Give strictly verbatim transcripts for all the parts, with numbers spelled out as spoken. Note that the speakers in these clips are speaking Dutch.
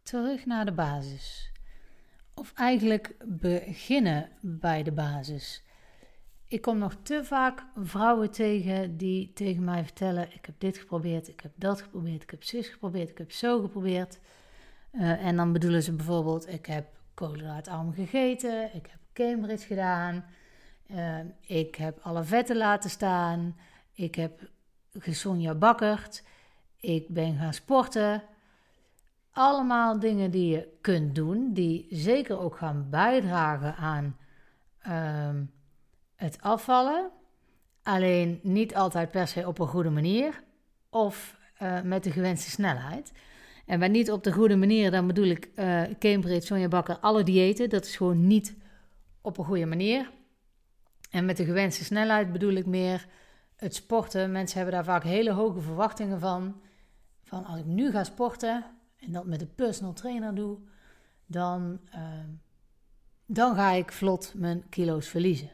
terug naar de basis. Of eigenlijk beginnen bij de basis. Ik kom nog te vaak vrouwen tegen die tegen mij vertellen: ik heb dit geprobeerd, ik heb dat geprobeerd, ik heb zus geprobeerd, ik heb zo geprobeerd. Uh, en dan bedoelen ze bijvoorbeeld: ik heb koolhydraatarm gegeten, ik heb Cambridge gedaan, uh, ik heb alle vetten laten staan, ik heb gesonja bakkerd, ik ben gaan sporten. Allemaal dingen die je kunt doen, die zeker ook gaan bijdragen aan uh, het afvallen. Alleen niet altijd per se op een goede manier of uh, met de gewenste snelheid. En bij niet op de goede manier, dan bedoel ik uh, Cambridge, Sonja Bakker, alle diëten. Dat is gewoon niet op een goede manier. En met de gewenste snelheid bedoel ik meer het sporten. Mensen hebben daar vaak hele hoge verwachtingen van. Van als ik nu ga sporten en dat met een personal trainer doe, dan, uh, dan ga ik vlot mijn kilo's verliezen.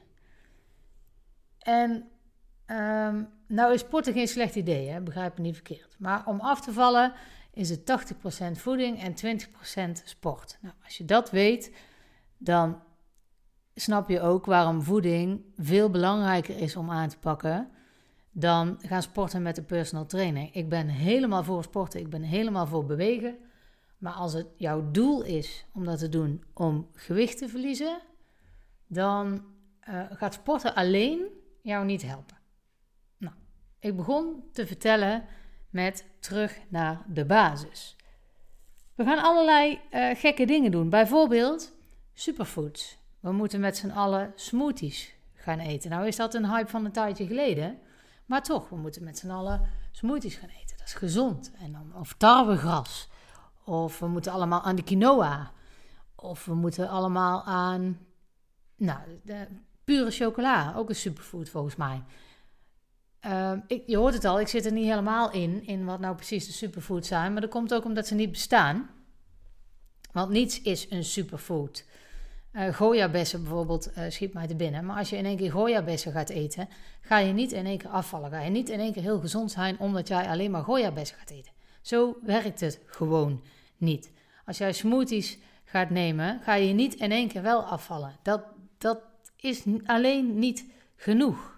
En um, nou is sporten geen slecht idee, hè? Begrijp me niet verkeerd. Maar om af te vallen is het tachtig procent voeding en twintig procent sport. Nou, als je dat weet, dan snap je ook waarom voeding veel belangrijker is om aan te pakken dan gaan sporten met een personal trainer. Ik ben helemaal voor sporten, ik ben helemaal voor bewegen. Maar als het jouw doel is om dat te doen om gewicht te verliezen, dan uh, gaat sporten alleen jou niet helpen. Nou, ik begon te vertellen met terug naar de basis. We gaan allerlei uh, gekke dingen doen. Bijvoorbeeld superfoods. We moeten met z'n allen smoothies gaan eten. Nou is dat een hype van een tijdje geleden. Maar toch, we moeten met z'n allen smoothies gaan eten. Dat is gezond. En dan, of tarwegras. Of we moeten allemaal aan de quinoa. Of we moeten allemaal aan nou, de pure chocola. Ook een superfood volgens mij. Uh, ik, je hoort het al, ik zit er niet helemaal in, in wat nou precies de superfoods zijn. Maar dat komt ook omdat ze niet bestaan. Want niets is een superfood. Uh, Gojabessen bijvoorbeeld uh, schiet mij te binnen. Maar als je in één keer gojabessen gaat eten, ga je niet in één keer afvallen. Ga je niet in één keer heel gezond zijn omdat jij alleen maar gojabessen gaat eten. Zo werkt het gewoon niet. Als jij smoothies gaat nemen, ga je niet in één keer wel afvallen. Dat, dat is alleen niet genoeg.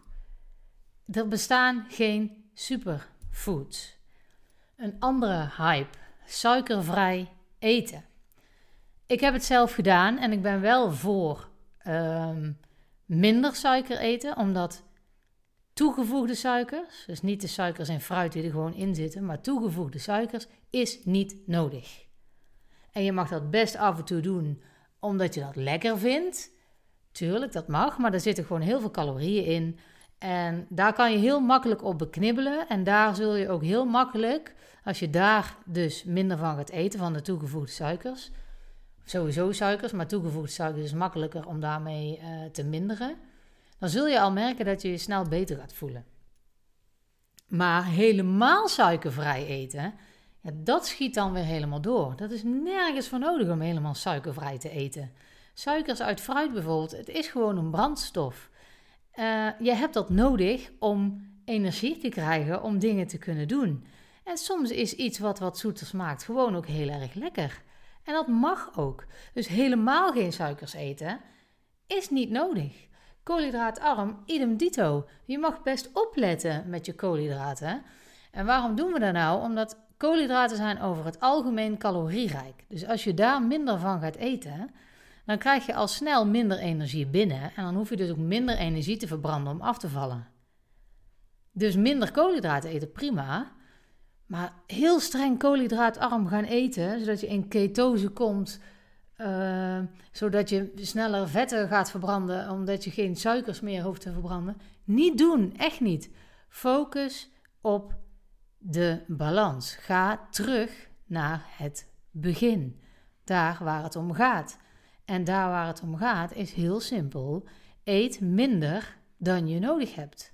Er bestaan geen superfoods. Een andere hype, suikervrij eten. Ik heb het zelf gedaan en ik ben wel voor um, minder suiker eten, omdat toegevoegde suikers, dus niet de suikers in fruit die er gewoon in zitten, maar toegevoegde suikers is niet nodig. En je mag dat best af en toe doen, omdat je dat lekker vindt. Tuurlijk, dat mag, maar er zitten gewoon heel veel calorieën in. En daar kan je heel makkelijk op beknibbelen. En daar zul je ook heel makkelijk, als je daar dus minder van gaat eten, van de toegevoegde suikers. Sowieso suikers, maar toegevoegde suikers is makkelijker om daarmee uh, te minderen. Dan zul je al merken dat je je snel beter gaat voelen. Maar helemaal suikervrij eten, ja, dat schiet dan weer helemaal door. Dat is nergens voor nodig om helemaal suikervrij te eten. Suikers uit fruit bijvoorbeeld, het is gewoon een brandstof. Uh, je hebt dat nodig om energie te krijgen om dingen te kunnen doen. En soms is iets wat wat zoeter smaakt gewoon ook heel erg lekker. En dat mag ook. Dus helemaal geen suikers eten is niet nodig. Koolhydraatarm, idem dito. Je mag best opletten met je koolhydraten. En waarom doen we dat nou? Omdat koolhydraten zijn over het algemeen calorierijk. Dus als je daar minder van gaat eten, dan krijg je al snel minder energie binnen. En dan hoef je dus ook minder energie te verbranden om af te vallen. Dus minder koolhydraten eten, prima. Maar heel streng koolhydraatarm gaan eten, zodat je in ketose komt, uh, zodat je sneller vetten gaat verbranden, omdat je geen suikers meer hoeft te verbranden. Niet doen, echt niet. Focus op de balans. Ga terug naar het begin, daar waar het om gaat. En daar waar het om gaat is heel simpel. Eet minder dan je nodig hebt.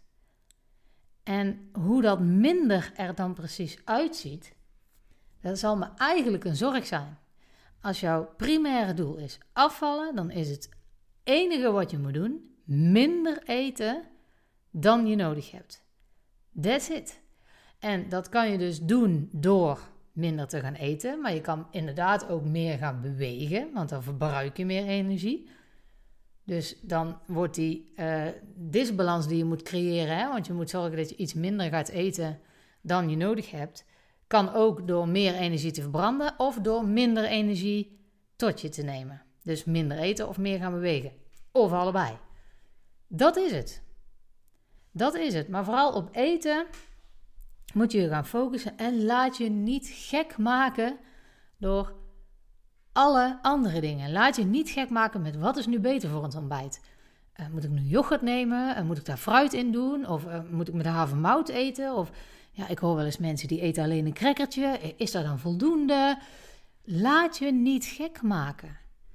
En hoe dat minder er dan precies uitziet, dat zal me eigenlijk een zorg zijn. Als jouw primaire doel is afvallen, dan is het enige wat je moet doen, minder eten dan je nodig hebt. That's it. En dat kan je dus doen door minder te gaan eten. Maar je kan inderdaad ook meer gaan bewegen, want dan verbruik je meer energie. Dus dan wordt die uh, disbalans die je moet creëren, hè, want je moet zorgen dat je iets minder gaat eten dan je nodig hebt, kan ook door meer energie te verbranden of door minder energie tot je te nemen. Dus minder eten of meer gaan bewegen. Of allebei. Dat is het. Dat is het. Maar vooral op eten moet je je gaan focussen en laat je niet gek maken door alle andere dingen. Laat je niet gek maken met wat is nu beter voor ons ontbijt. Uh, moet ik nu yoghurt nemen? Uh, moet ik daar fruit in doen? Of uh, moet ik met havermout eten? Of ja, ik hoor wel eens mensen die eten alleen een crackertje. Is dat dan voldoende? Laat je niet gek maken.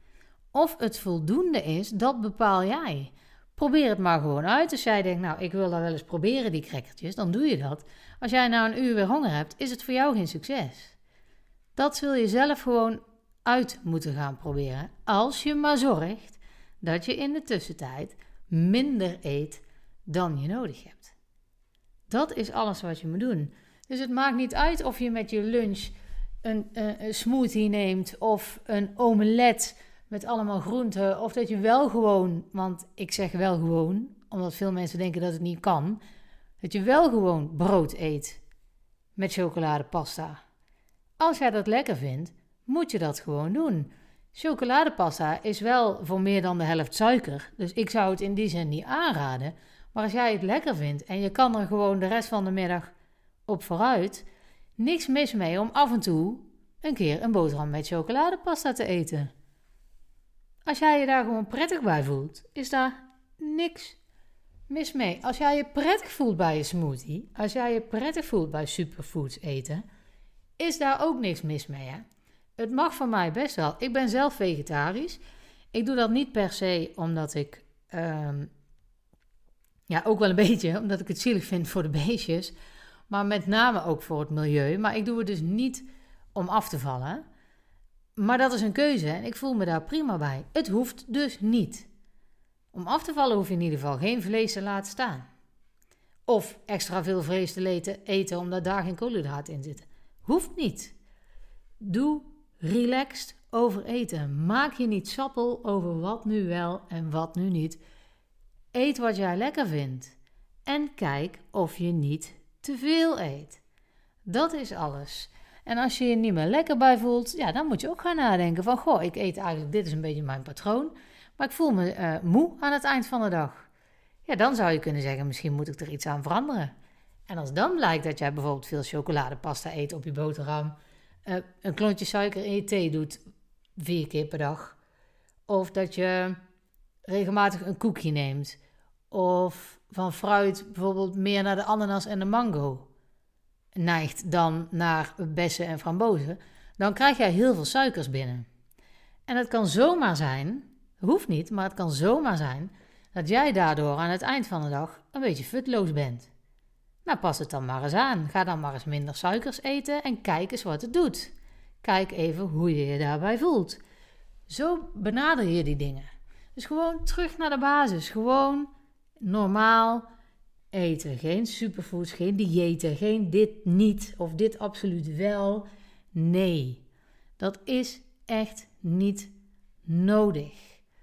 Of het voldoende is, dat bepaal jij. Probeer het maar gewoon uit. Als jij denkt, nou, ik wil dat wel eens proberen, die crackertjes, dan doe je dat. Als jij nou een uur weer honger hebt, is het voor jou geen succes. Dat zul je zelf gewoon uit moeten gaan proberen. Als je maar zorgt dat je in de tussentijd minder eet dan je nodig hebt. Dat is alles wat je moet doen. Dus het maakt niet uit of je met je lunch een, een, een smoothie neemt of een omelet met allemaal groenten. Of dat je wel gewoon, want ik zeg wel gewoon, omdat veel mensen denken dat het niet kan. Dat je wel gewoon brood eet met chocoladepasta. Als jij dat lekker vindt, moet je dat gewoon doen. Chocoladepasta is wel voor meer dan de helft suiker. Dus ik zou het in die zin niet aanraden. Maar als jij het lekker vindt en je kan er gewoon de rest van de middag op vooruit, niks mis mee om af en toe een keer een boterham met chocoladepasta te eten. Als jij je daar gewoon prettig bij voelt, is daar niks mis mee. Als jij je prettig voelt bij je smoothie, als jij je prettig voelt bij superfoods eten, is daar ook niks mis mee, hè? Het mag van mij best wel. Ik ben zelf vegetarisch. Ik doe dat niet per se omdat ik, um, ja, ook wel een beetje, omdat ik het zielig vind voor de beestjes, maar met name ook voor het milieu. Maar ik doe het dus niet om af te vallen. Maar dat is een keuze en ik voel me daar prima bij. Het hoeft dus niet. Om af te vallen hoef je in ieder geval geen vlees te laten staan. Of extra veel vlees te eten omdat daar geen koolhydraten in zitten. Hoeft niet. Doe relaxed over eten. Maak je niet sappel over wat nu wel en wat nu niet. Eet wat jij lekker vindt. En kijk of je niet te veel eet. Dat is alles. En als je je niet meer lekker bij voelt, ja, dan moet je ook gaan nadenken van, goh, ik eet eigenlijk, dit is een beetje mijn patroon, maar ik voel me uh, moe aan het eind van de dag. Ja, dan zou je kunnen zeggen, misschien moet ik er iets aan veranderen. En als dan blijkt dat jij bijvoorbeeld veel chocoladepasta eet op je boterham, uh, een klontje suiker in je thee doet vier keer per dag, of dat je regelmatig een koekje neemt, of van fruit bijvoorbeeld meer naar de ananas en de mango neigt dan naar bessen en frambozen, dan krijg jij heel veel suikers binnen. En het kan zomaar zijn, hoeft niet, maar het kan zomaar zijn, dat jij daardoor aan het eind van de dag een beetje futloos bent. Nou, pas het dan maar eens aan. Ga dan maar eens minder suikers eten en kijk eens wat het doet. Kijk even hoe je je daarbij voelt. Zo benader je die dingen. Dus gewoon terug naar de basis. Gewoon normaal eten. Geen superfoods, geen diëten, geen dit niet of dit absoluut wel. Nee, dat is echt niet nodig.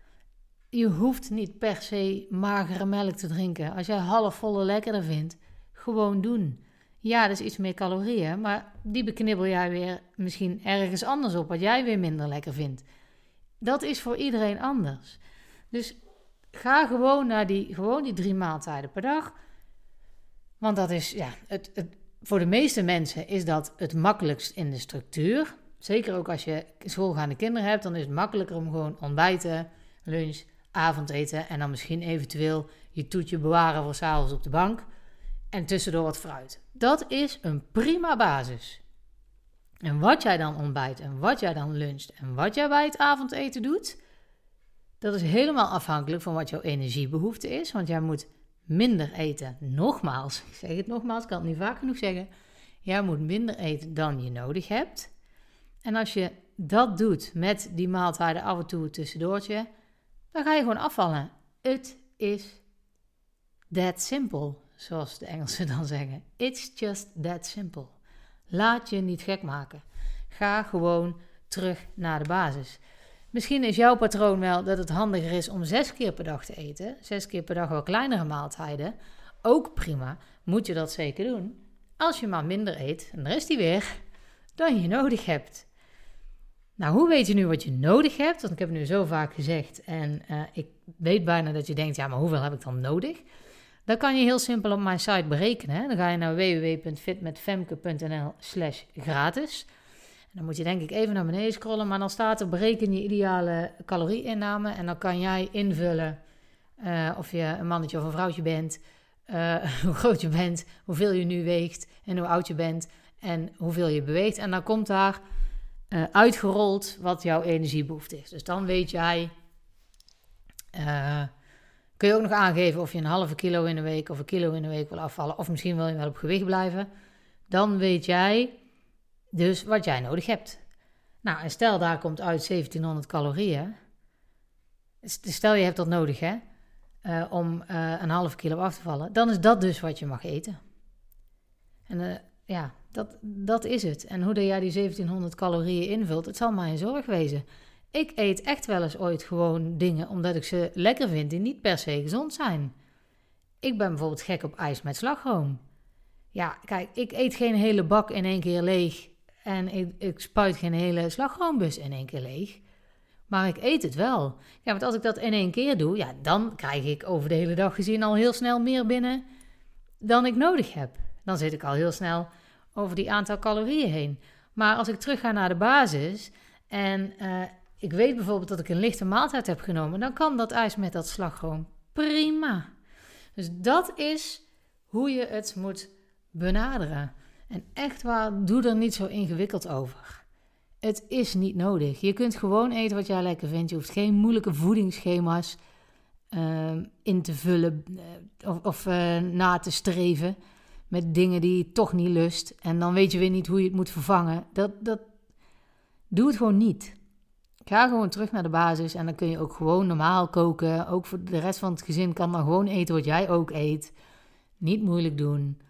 Je hoeft niet per se magere melk te drinken. Als jij halfvolle lekkerder vindt, gewoon doen. Ja, dat is iets meer calorieën, maar die beknibbel jij weer misschien ergens anders op, wat jij weer minder lekker vindt. Dat is voor iedereen anders. Dus ga gewoon naar die, gewoon die drie maaltijden per dag. Want dat is, ja, het, het, voor de meeste mensen is dat het makkelijkst in de structuur. Zeker ook als je schoolgaande kinderen hebt, dan is het makkelijker om gewoon ontbijten, lunch, avondeten en dan misschien eventueel je toetje bewaren voor 's avonds op de bank. En tussendoor wat fruit. Dat is een prima basis. En wat jij dan ontbijt en wat jij dan luncht en wat jij bij het avondeten doet, dat is helemaal afhankelijk van wat jouw energiebehoefte is. Want jij moet minder eten. Nogmaals, ik zeg het nogmaals, ik kan het niet vaak genoeg zeggen. Jij moet minder eten dan je nodig hebt. En als je dat doet met die maaltijden af en toe een tussendoortje, dan ga je gewoon afvallen. Het is that simple, zoals de Engelsen dan zeggen. It's just that simple. Laat je niet gek maken. Ga gewoon terug naar de basis. Misschien is jouw patroon wel dat het handiger is om zes keer per dag te eten. Zes keer per dag wel kleinere maaltijden. Ook prima, moet je dat zeker doen. Als je maar minder eet, en daar is die weer, dan je nodig hebt. Nou, hoe weet je nu wat je nodig hebt? Want ik heb het nu zo vaak gezegd en uh, ik weet bijna dat je denkt, ja, maar hoeveel heb ik dan nodig? Dat kan je heel simpel op mijn site berekenen. Hè? Dan ga je naar w w w punt fitmetfemke punt n l slash gratis. En dan moet je denk ik even naar beneden scrollen, maar dan staat er bereken je ideale calorieinname. En dan kan jij invullen uh, of je een mannetje of een vrouwtje bent, uh, hoe groot je bent, hoeveel je nu weegt en hoe oud je bent en hoeveel je beweegt. En dan komt daar uh, uitgerold wat jouw energiebehoefte is. Dus dan weet jij, uh, kun je ook nog aangeven of je een halve kilo in de week of een kilo in de week wil afvallen. Of misschien wil je wel op gewicht blijven. Dan weet jij dus wat jij nodig hebt. Nou, en stel daar komt uit zeventienhonderd calorieën. Stel je hebt dat nodig, hè. Uh, om uh, een halve kilo af te vallen. Dan is dat dus wat je mag eten. En uh, ja, dat, dat is het. En hoe dat jij die zeventienhonderd calorieën invult, het zal maar een zorg wezen. Ik eet echt wel eens ooit gewoon dingen omdat ik ze lekker vind die niet per se gezond zijn. Ik ben bijvoorbeeld gek op ijs met slagroom. Ja, kijk, ik eet geen hele bak in één keer leeg en ik, ik spuit geen hele slagroombus in één keer leeg. Maar ik eet het wel. Ja, want als ik dat in één keer doe, ja, dan krijg ik over de hele dag gezien al heel snel meer binnen dan ik nodig heb. Dan zit ik al heel snel over die aantal calorieën heen. Maar als ik terug ga naar de basis en uh, ik weet bijvoorbeeld dat ik een lichte maaltijd heb genomen, dan kan dat ijs met dat slagroom prima. Dus dat is hoe je het moet benaderen. En echt waar, doe er niet zo ingewikkeld over. Het is niet nodig. Je kunt gewoon eten wat jij lekker vindt. Je hoeft geen moeilijke voedingsschema's uh, in te vullen uh, of, of uh, na te streven met dingen die je toch niet lust. En dan weet je weer niet hoe je het moet vervangen. Dat, dat, doe het gewoon niet. Ga gewoon terug naar de basis en dan kun je ook gewoon normaal koken. Ook voor de rest van het gezin kan dan gewoon eten wat jij ook eet. Niet moeilijk doen.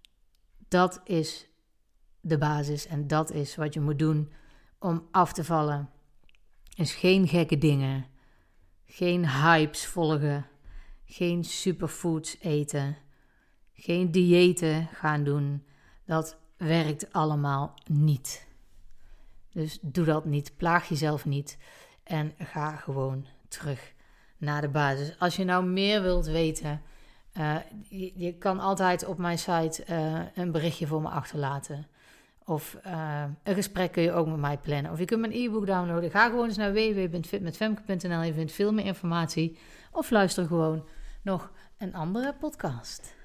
Dat is de basis en dat is wat je moet doen om af te vallen. Dus geen gekke dingen. Geen hypes volgen. Geen superfoods eten. Geen diëten gaan doen. Dat werkt allemaal niet. Dus doe dat niet. Plaag jezelf niet. En ga gewoon terug naar de basis. Als je nou meer wilt weten, Uh, je, je kan altijd op mijn site uh, een berichtje voor me achterlaten. Of uh, een gesprek kun je ook met mij plannen. Of je kunt mijn e-book downloaden. Ga gewoon eens naar w w w punt fitmetfemke punt n l. Je vindt veel meer informatie. Of luister gewoon nog een andere podcast.